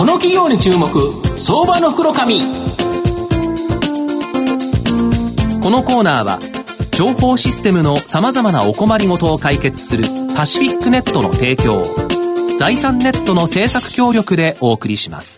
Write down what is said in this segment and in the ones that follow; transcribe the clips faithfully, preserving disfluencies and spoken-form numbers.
この企業に注目、相場の袋紙。このコーナーは情報システムのさまざまなお困りごとを解決するパシフィックネットの提供、財産ネットの制作協力でお送りします。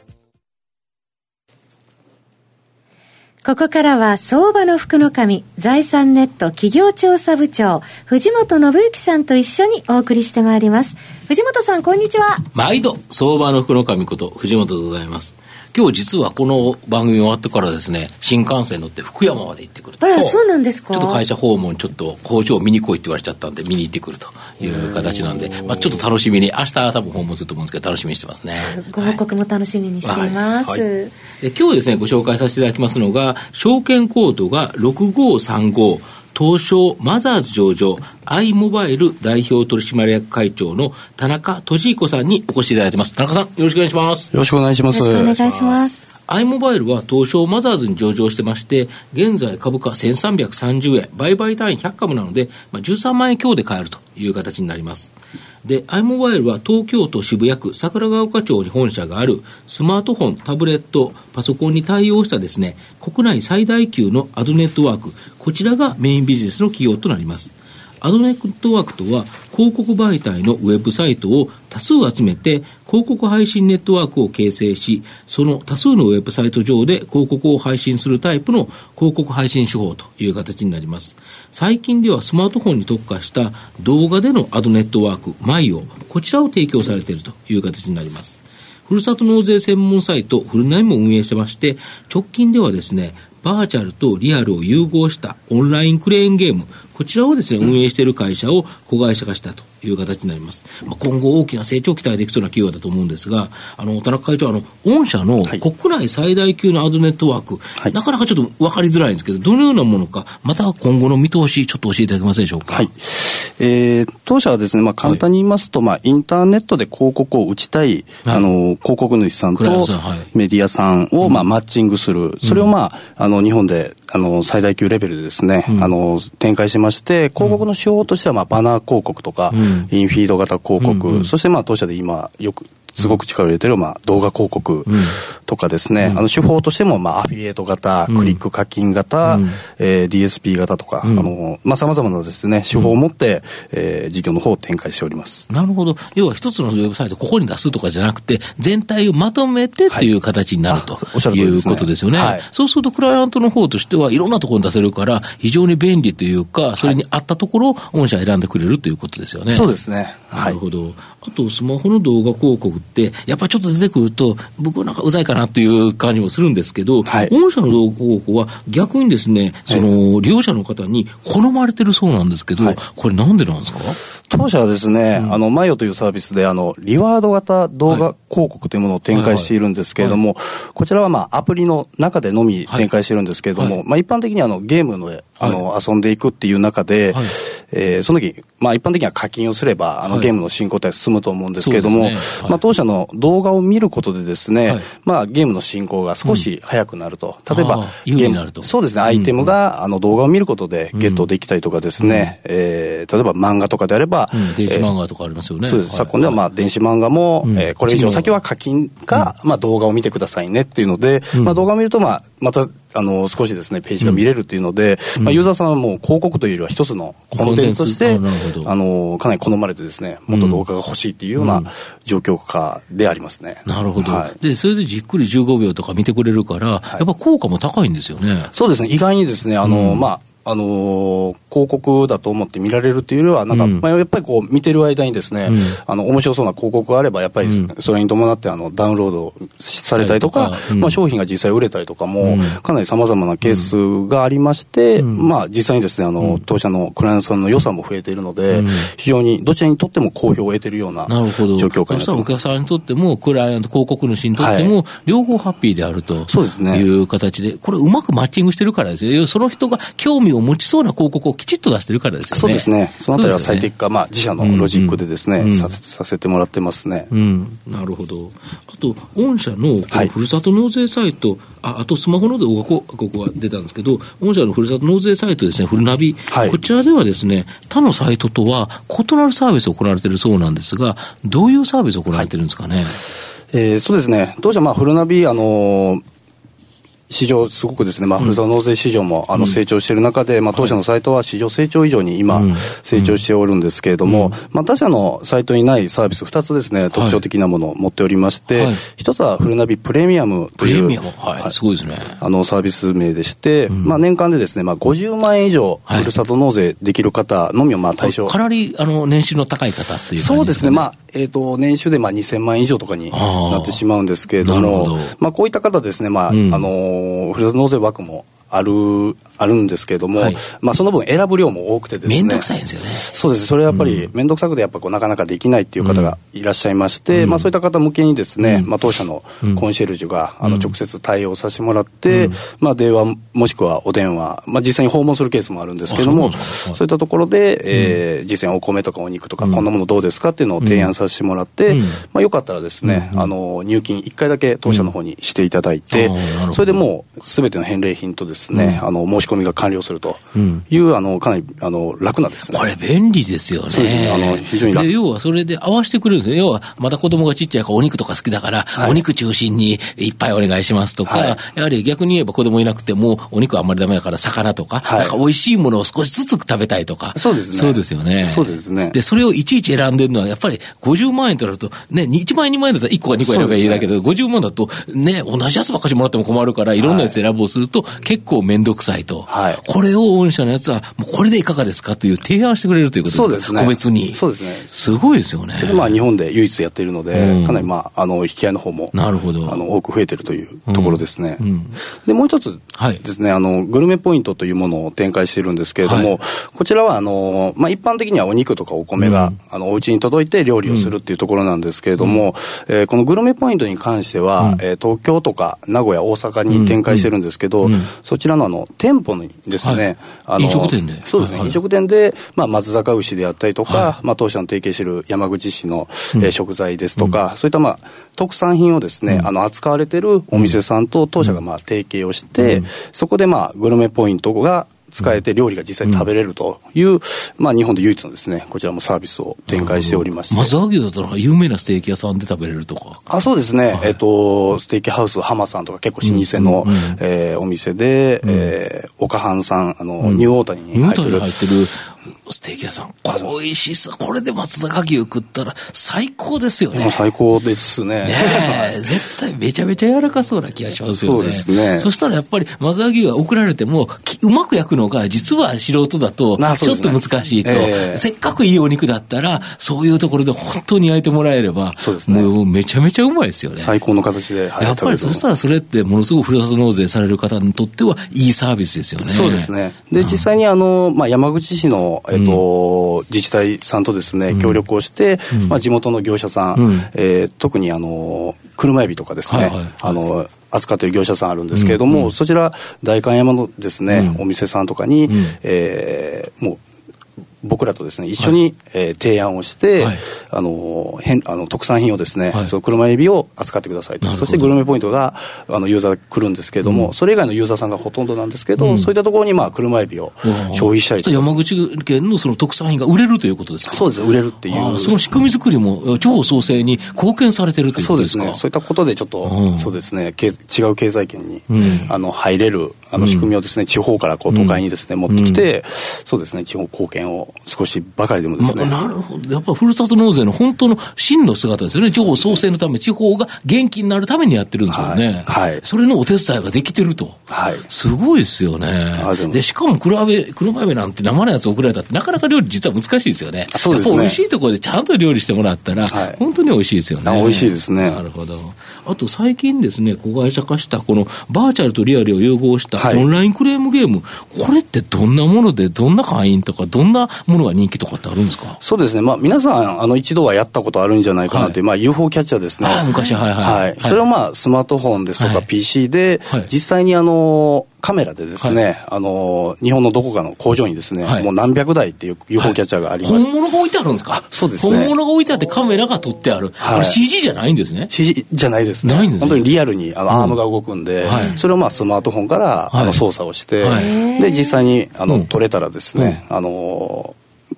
ここからは相場の福の神、財産ネット企業調査部長藤本信之さんと一緒にお送りしてまいります。藤本さん、こんにちは。 毎度相場の福の神こと藤本でございます。今日実はこの番組終わってからですね、新幹線乗って福山まで行ってくると。 あら、そうなんですか。 ちょっと会社訪問、ちょっと工場見に来いって言われちゃったんで見に行ってくるという形なんで、まあ、ちょっと楽しみに、明日多分訪問すると思うんですけど楽しみにしてますね。 ご報告も楽しみにしています、はいはい、 で今日ですねご紹介させていただきますのが、証券コードがろくごさんご、東証マザーズ上場 i モバイル代表取締役会長の田中俊彦さんにお越しいただいてます。田中さん、よろしくお願いします。 よろしくお願いします。 よろしくお願いします。 i モバイルは東証マザーズに上場してまして、現在株価せんさんびゃくさんじゅうえん、売買単位ひゃくかぶなので、まあ、じゅうさんまんえん強で買えるという形になります。で、i モバイルは東京都渋谷区桜ヶ丘町に本社があるスマートフォン、タブレット、パソコンに対応したですね、国内最大級のアドネットワーク、こちらがメインビジネスの企業となります。アドネットワークとは、広告媒体のウェブサイトを多数集めて広告配信ネットワークを形成し、その多数のウェブサイト上で広告を配信するタイプの広告配信手法という形になります。最近ではスマートフォンに特化した動画でのアドネットワーク、マイオ、こちらを提供されているという形になります。ふるさと納税専門サイトフルナイも運営してまして、直近ではですね、バーチャルとリアルを融合したオンラインクレーンゲーム、こちらをですね、運営している会社を子会社化したという形になります。まあ、今後大きな成長を期待できそうな企業だと思うんですが、あの田中会長、あの御社の国内最大級のアドネットワーク、はい、なかなかちょっと分かりづらいんですけど、どのようなものか、また今後の見通しちょっと教えていただけますでしょうか。 はい、えー、当社はですね、まあ、簡単に言いますと、はい、まあ、インターネットで広告を打ちたい、はい、あの広告主さんとメディアさんを、まあ、マッチングする、それを、まあ、あの日本であの最大級レベルでですね、うん、あの展開しまして、広告の手法としては、まあ、バナー広告とか、うん、インフィード型広告、うんうん、そしてまあ当社で今よくすごく力を入れている、まあ、動画広告とかですね、うん、あの手法としても、まあ、アフィリエイト型、うん、クリック課金型、うんえー、ディーエスピー 型とか、うん、あのまあ、様々なですね、手法を持って、うんえー、事業の方を展開しております。 なるほど。要は一つのウェブサイトここに出すとかじゃなくて、全体をまとめてという形になる、はい、ということですよね。はい、そうするとクライアントの方としてはいろんなところに出せるから非常に便利というか、それに合ったところを御社選んでくれるということですよね。 そうですね。 なるほど。はい、あとスマホの動画広告ってやっぱりちょっと出てくると僕はなんかうざいかなという感じもするんですけど、はい、御社の動画広告は逆にですね、その利用者の方に好まれてるそうなんですけど、はい、これなんでなんですか。 当社はですね、うん、あのマイオというサービスであのリワード型動画広告というものを展開しているんですけれども、はいはいはい、こちらはまあアプリの中でのみ展開しているんですけれども、はいはい、まあ、一般的にあのゲームのあの、はい、遊んでいくっていう中で、はいえー、その時、まあ、一般的には課金をすればあの、はい、ゲームの進行体が進むと思うんですけれども、ねはいまあ、当社の動画を見ることでですね、はいまあ、ゲームの進行が少し早くなると、うん、例えばゲームになると、 そうですね、アイテムが、うん、あの動画を見ることでゲットできたりとかですね、うんえー、例えば漫画とかであれば、 うん、電子漫画とかありますよね。 そうです、はい、昨今ではまあ電子漫画も、うんえー、これ以上先は課金か、うんまあ、動画を見てくださいねっていうので、うんまあ、動画を見ると、まあ、またあの少しですねページが見れるっていうので、うんまあ、ユーザーさんはもう広告というよりは一つのコンテンツとしてあのかなり好まれてですね、もっと動画が欲しいっていうような状況下でありますね。 うん、なるほど、はい、でそれでじっくりじゅうごびょうとか見てくれるから、はい、やっぱ効果も高いんですよね。 そうですね、意外にですねあの、うん、まああのー、広告だと思って見られるっていうよりはなんか、うんまあ、やっぱりこう見てる間にですね、うん、あの面白そうな広告があればやっぱりそれに伴ってあのダウンロードされたりとか、うんまあ、商品が実際売れたりとかも、うん、かなり様々なケースがありまして、うんまあ、実際にですねあの、うん、当社のクライアントさんの予算も増えているので、うん、非常にどちらにとっても好評を得ているような状況下になっています。そしたらお客さんにとってもクライアント広告主にとっても、はい、両方ハッピーであるという形で、これうまくマッチングしてるからですよ。その人が興味を持ちそうな広告ここをきちっと出してるからですよね。 そうですね。そのあたりは最適化、ねまあ、自社のロジックでですね、うんうん、さ, させてもらってますね。 うん、なるほど。あと御社のふるさと納税サイト、はい、あ, あとスマホの動画広告が出たんですけど、御社のふるさと納税サイトですね、フルナビ、はい、こちらではですね他のサイトとは異なるサービスを行われているそうなんですが、どういうサービスを行われているんですかね。はいえー、そうですね。当社、まあ、フルナビ、あのー、市場、すごくですね、まあ、ふるさと納税市場も、あの、成長している中で、まあ、当社のサイトは市場成長以上に今、成長しておるんですけれども、まあ、他社のサイトにないサービスふたつですね、特徴的なものを持っておりまして、ひとつはフルナビプレミアムという、 プレミアム、はい、すごいですね。 あの、サービス名でして、まあ、年間でですね、まあ、ごじゅうまんえん以上、ふるさと納税できる方のみを、まあ、対象。 かなり、あの、年収の高い方っていう感じですかね。 そうですね、まあ、えっと、年収で、まあ、にせんまんえん以上とかになってしまうんですけれども、まあ、こういった方ですね、まあ、あの、ふるさと納税枠もある、あるんですけれども、はい、まあその分選ぶ量も多くてですね。 めんどくさいんですよね。 そうです。それはやっぱりめんどくさくてやっぱこうなかなかできないっていう方がいらっしゃいまして、うん、まあそういった方向けにですね、うん、まあ当社のコンシェルジュが、うん、あの直接対応させてもらって、うん、まあ電話もしくはお電話、まあ実際に訪問するケースもあるんですけれども、そう, そういったところで、えーうん、実際にお米とかお肉とかこんなものどうですかっていうのを提案させてもらって、うん、まあよかったらですね、うん、あの入金いっかいだけ当社の方にしていただいて、うん、それでもうすべての返礼品とですね、うん、あの申し込みが完了するという、うん、あのかなりあの楽なんですね。 これ便利ですよね。 そうですね。あの非常に楽。 で要はそれで合わせてくれるんですよ。要はまだ子供がちっちゃいからお肉とか好きだから、はい、お肉中心にいっぱいお願いしますとか、はい、やはり逆に言えば子供いなくてもお肉あんまりダメだから魚とか、はい、なんか美味しいものを少しずつ食べたいとか。 そうですね。 そうですよね。 そうですね。 でそれをいちいち選んでるのはやっぱりごじゅうまんえんとなるとね、いちまんえんにまんえんだったらいっこかにこ選べばいいだけど、ね、ごじゅうまんだとね同じやつばっかしもらっても困るからいろんなやつ選ぼうすると結構めんどくさいと。はい、これを御社のやつはもうこれでいかがですかという提案してくれるということですか。 そうですね。 個別に。 そうですね。 すごいですよね。 それでまあ日本で唯一やっているので、うん、かなりまああの引き合いの方もなるほどあの多く増えているというところですね。うんうん、でもう一つですね、はい、あのグルメポイントというものを展開しているんですけれども、はい、こちらはあのまあ一般的にはお肉とかお米が、うん、あのお家に届いて料理をするっていうところなんですけれども、うんえー、このグルメポイントに関しては、うんえー、東京とか名古屋大阪に展開してるんですけど、うんうん、そちらのあの店舗にですね、はいあの飲食店でそうですね、はい、飲食店で、まあ、松阪牛であったりとか、はいまあ、当社の提携している山口市の、うんえー、食材ですとか、うん、そういった、まあ、特産品をですね、うん、あの扱われているお店さんと当社が、まあ、提携をして、うん、そこで、まあ、グルメポイントが使えて料理が実際に食べれるという、うんまあ、日本で唯一のですねこちらもサービスを展開しておりまして、 松阪牛だったら有名なステーキ屋さんで食べれるとか。 あそうですね、はい、えっとステーキハウス浜さんとか結構老舗の、うんうんえー、お店で、うんえー、岡半さんあの、うん、ニューオータニに入ってるニューオータニに入ってるステーキ屋さんこれ美味しいっす。これで松阪牛食ったら最高ですよね。 最高ですね。 ねえ絶対めちゃめちゃ柔らかそうな気がしますよね。 そうですね。 そしたらやっぱり松阪牛が送られてもうまく焼くのが実は素人だとちょっと難しいと、ねえー、せっかくいいお肉だったらそういうところで本当に焼いてもらえればそうです、ね、もうめちゃめちゃうまいですよね。 最高の形で、 はい、やっぱりそしたらそれってものすごくふるさと納税される方にとってはいいサービスですよね。 そうですね。で、うん、実際にあの、まあ、山口市の、えっとうん、自治体さんとですね協力をして、うんまあ、地元の業者さん、うんえー、特にあの車エビとかですね、はいはいはい、あの扱っている業者さんあるんですけれども、うんうん、そちら代官山のですね、うん、お店さんとかに、うんえー、もう僕らとですね一緒に、はいえー、提案をして、はい、あの変あの特産品をですね、はい、その車エビを扱ってくださいと。そしてグルメポイントがあのユーザー来るんですけれども、うん、それ以外のユーザーさんがほとんどなんですけど、うん、そういったところにまあ車エビを消費したりとか、 山口県のその特産品が売れるということですか。 そうです。売れるっていう。 その仕組み作りも地方創生に貢献されてるということですか。 そうですね。そういったことでちょっと、うん、そうですね違う経済圏に、うん、あの入れるあの仕組みをですね、うん、地方からこう都会にですね、うん、持ってきて、うん、そうですね地方貢献を少しばかりでもですね、 まあ、なるほど。やっぱりふるさと納税の本当の真の姿ですよね。地方創生のため、地方が元気になるためにやってるんですよね。はいはい、それのお手伝いができてると、はい、すごいですよね。でしかも車エビ車エビなんて生のやつ送られたってなかなか料理実は難しいですよね。そうですね。やっぱ美味しいところでちゃんと料理してもらったら、はい、本当に美味しいですよね。 美味しいですね。 なるほど。あと最近ですね子会社化したこのバーチャルとリアルを融合したオンラインクレームゲーム、はい、これってどんなものでどんな会員とかどんなものが人気とかってあるんですか。 そうですね、まあ、皆さんあの一度はやったことあるんじゃないかなという、はいまあ、ユーフォー キャッチャーですね。 あ昔はいはい、はいはい、 それをまあスマートフォンですとか ピーシー で、はい、実際にあのカメラでですね、はい、あの日本のどこかの工場にですね、はい、もう何百台っていう ユーフォー キャッチャーがありまして、はい、 本物が置いてあるんですか。 そうですね。 本物が置いてあってカメラが撮ってある、はい、これ シージー じゃないんですね。 シージー じゃないですね。 ないんですね。 本当にリアルにあのアームが動くんで、うんはい、それをまあスマートフォンから、はい、あの操作をして、はい、で実際にあの、うん、撮れたらですね、うん、あの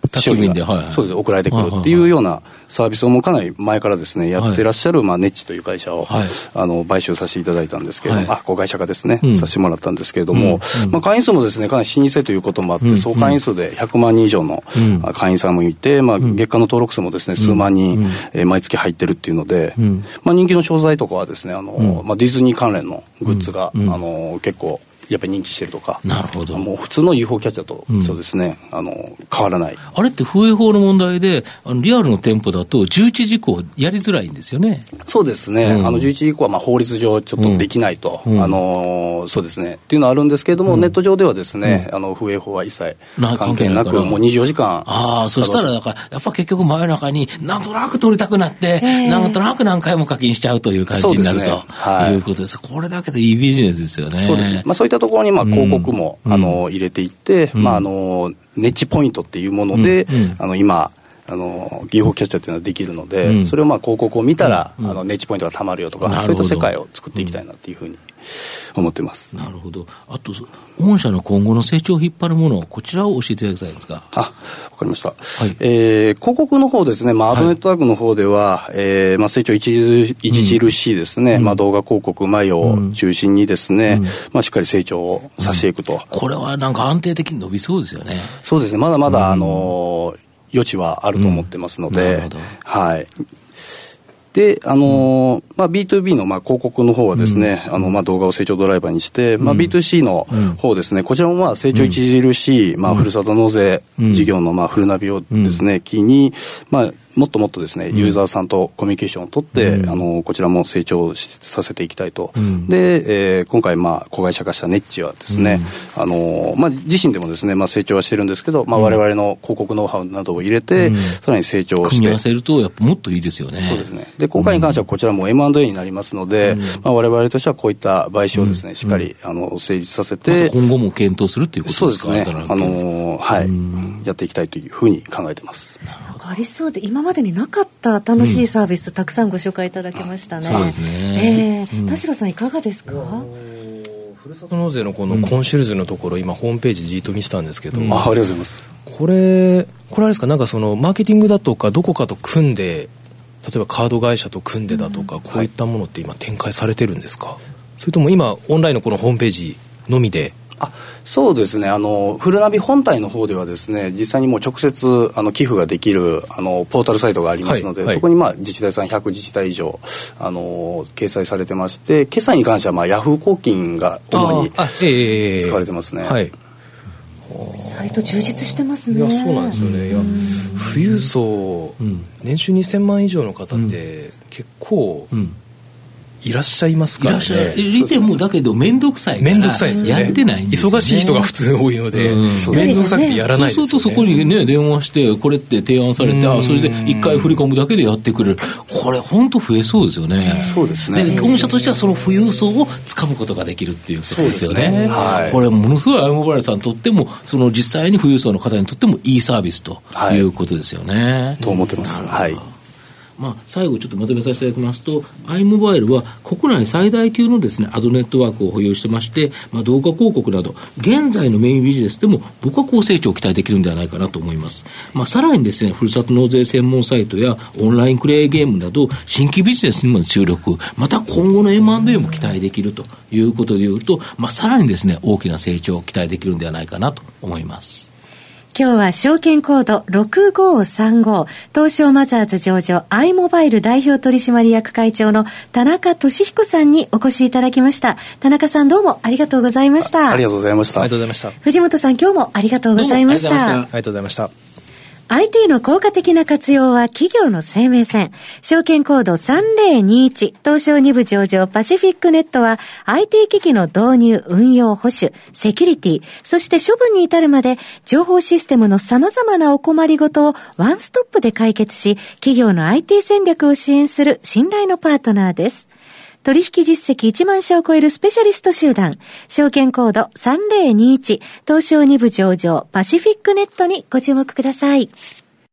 宅急便で、はいはい、 そうです、送られてくるっていうようなサービスをもうかなり前からですねやってらっしゃる、まあ、ネッチという会社を、はい、あの買収させていただいたんですけれども、はい、あ子会社化ですね、うん、させてもらったんですけれども、うん、まあ、会員数もですねかなり老舗ということもあって、うん、総会員数でひゃくまんにん以上の会員さんもいて、まあ、月間の登録数もですね数万人、うん、えー、毎月入ってるっていうので、うん、まあ、人気の商材とかはですねあの、うん、まあ、ディズニー関連のグッズが、うん、あの結構やっぱり人気してるとか。 なるほど。 もう普通の ユーフォー キャッチャーと、うん、そうですね、あの変わらない。 あれって風営法の問題で、あのリアルの店舗だとじゅういちじこうやりづらいんですよね。 そうですね、うん、あのじゅういちじこうはまあ法律上ちょっとできないと、うん、あのそうですねっていうのはあるんですけれども、うん、ネット上ではですね、うん、あの風営法は一切関係なく、もうにじゅうよじかん。 ああ、そしたらだからやっぱ結局真夜中になんとなく取りたくなって、えー、なんとなく何回も課金しちゃうという感じになる、ね、と、はい、いうことです。これだけでいいビジネスですよね。 そうですね、まあ、そういったところにまあ広告も、うん、あの入れていって、うん、まあ、あのネッチポイントっていうもので、うんうん、あの今あの ユーフォー キャッチャーっていうのはできるので、うん、それをまあ広告を見たら、うん、あのネッチポイントがたまるよとか、そういった世界を作っていきたいなっていうふうに思ってます。 なるほど。あと御社の今後の成長を引っ張るもの、こちらを教えていただきたいんですが。 あ、わかりました。はい、えー、広告の方ですね、まあ、アドネットワークの方では、はい、えーまあ、成長著しいですね、うん、まあ、動画広告マヨを中心にですね、うん、まあ、しっかり成長をさせていくと、うん、 これはなんか安定的に伸びそうですよね。 そうですね、まだまだ、うん、あの余地はあると思ってますので、うん、なるほど。はい。で、あのーうんまあ、ビーツービー のまあ広告の方はですね、うん、あのまあ動画を成長ドライバーにして、うんまあ、ビーツーシー の方ですね、こちらもまあ成長著しい、まあ、ふるさと納税事業のまあフルナビをですね、機に、まあ、もっともっとですね、ユーザーさんとコミュニケーションを取って、うん、あのこちらも成長させていきたいと。うん、で、えー、今回まあ子会社化したネッチはですね、うん、あのまあ、自身でもですね、まあ、成長はしてるんですけど、まあ、我々の広告ノウハウなどを入れて、うん、さらに成長して組み合わせるとやっぱもっといいですよね。 そうですね。で今回に関してはこちらも エムアンドエー になりますので、うんまあ、我々としてはこういった買収をですね、うん、しっかりあの成立させて、 ま、今後も検討するということですか。 そうですね、あのはい、うん、やっていきたいというふうに考えてます。 ありそうで今までになかった楽しいサービス、うん、たくさんご紹介いただきましたね。 そうですね、 えーうん、田代さんいかがですか。 ふるさと納税のこのコンシェルジュのところ、うん、今ホームページじっと見せたんですけど、 うん、あ, ありがとうございます。 これこれあれですか、なんかそのマーケティングだとかどこかと組んで、例えばカード会社と組んでだとか、うん、こういったものって今展開されてるんですか、はい、それとも今オンラインのこのホームページのみで。 あ、そうですね、あのフルナビ本体の方ではですね、実際にもう直接あの寄付ができるあのポータルサイトがありますので、はいはい、そこにまあ自治体さんひゃく自治体以上あの掲載されてまして、決済に関してはまあヤフー公金が主に使われてますね。 はい、 サイト充実してますね。 いやそうなんですよね。いや富裕層、うん、年収にせんまん以上の方って結構、うんうんいらっしゃいますからね。いらっしゃいてもだけど面倒くさいから面倒くさいですよね。 やってないんですよね。 忙しい人が普通多いので、うん、面倒くさくてやらないですよね。 そうするとそこにね電話してこれって提案されて、あそれで一回振り込むだけでやってくれる。これ本当増えそうですよね。 そうですね。 で御社としてはその富裕層をつかむことができるっていうことですよね。 そうですね、はい、 これものすごいアイモバイルさんにとってもその実際に富裕層の方にとってもいいサービスということですよね。 はい、と思ってます。はい。 まあ、最後ちょっとまとめさせていただきますと、 アイモバイルは国内最大級のですねアドネットワークを保有してまして、まあ、動画広告など現在のメインビジネスでも僕は高成長を期待できるんではないかなと思います。まあ、さらにですねふるさと納税専門サイトやオンラインクレイゲームなど新規ビジネスにも注力、また今後の エムアンドエー も期待できるということでいうと、まあ、さらにですね大きな成長を期待できるんではないかなと思います。 今日は証券コードろくごさんご東証マザーズ上場 i モバイル代表取締役会長の田中俊彦さんにお越しいただきました。田中さんどうもありがとうございました。 あ, ありがとうございました。 ありがとうございました。 藤本さん今日もありがとうございました。 ありがとうございました。 アイティー の効果的な活用は企業の生命線。証券コードさんぜろにいち東証に部上場パシフィックネットは アイティー 機器の導入、運用、保守、セキュリティ、そして処分に至るまで情報システムの様々なお困りごとをワンストップで解決し、企業の アイティー 戦略を支援する信頼のパートナーです。取引実績いちまん社を超えるスペシャリスト集団、証券コードさんぜろにいち東証に部上場パシフィックネットにご注目ください。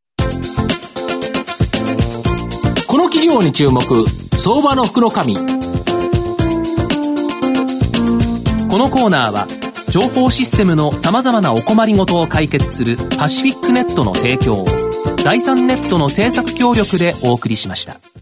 この企業に注目、相場の福の神。このコーナーは情報システムの様々なお困りごとを解決するパシフィックネットの提供を財産ネットの制作協力でお送りしました。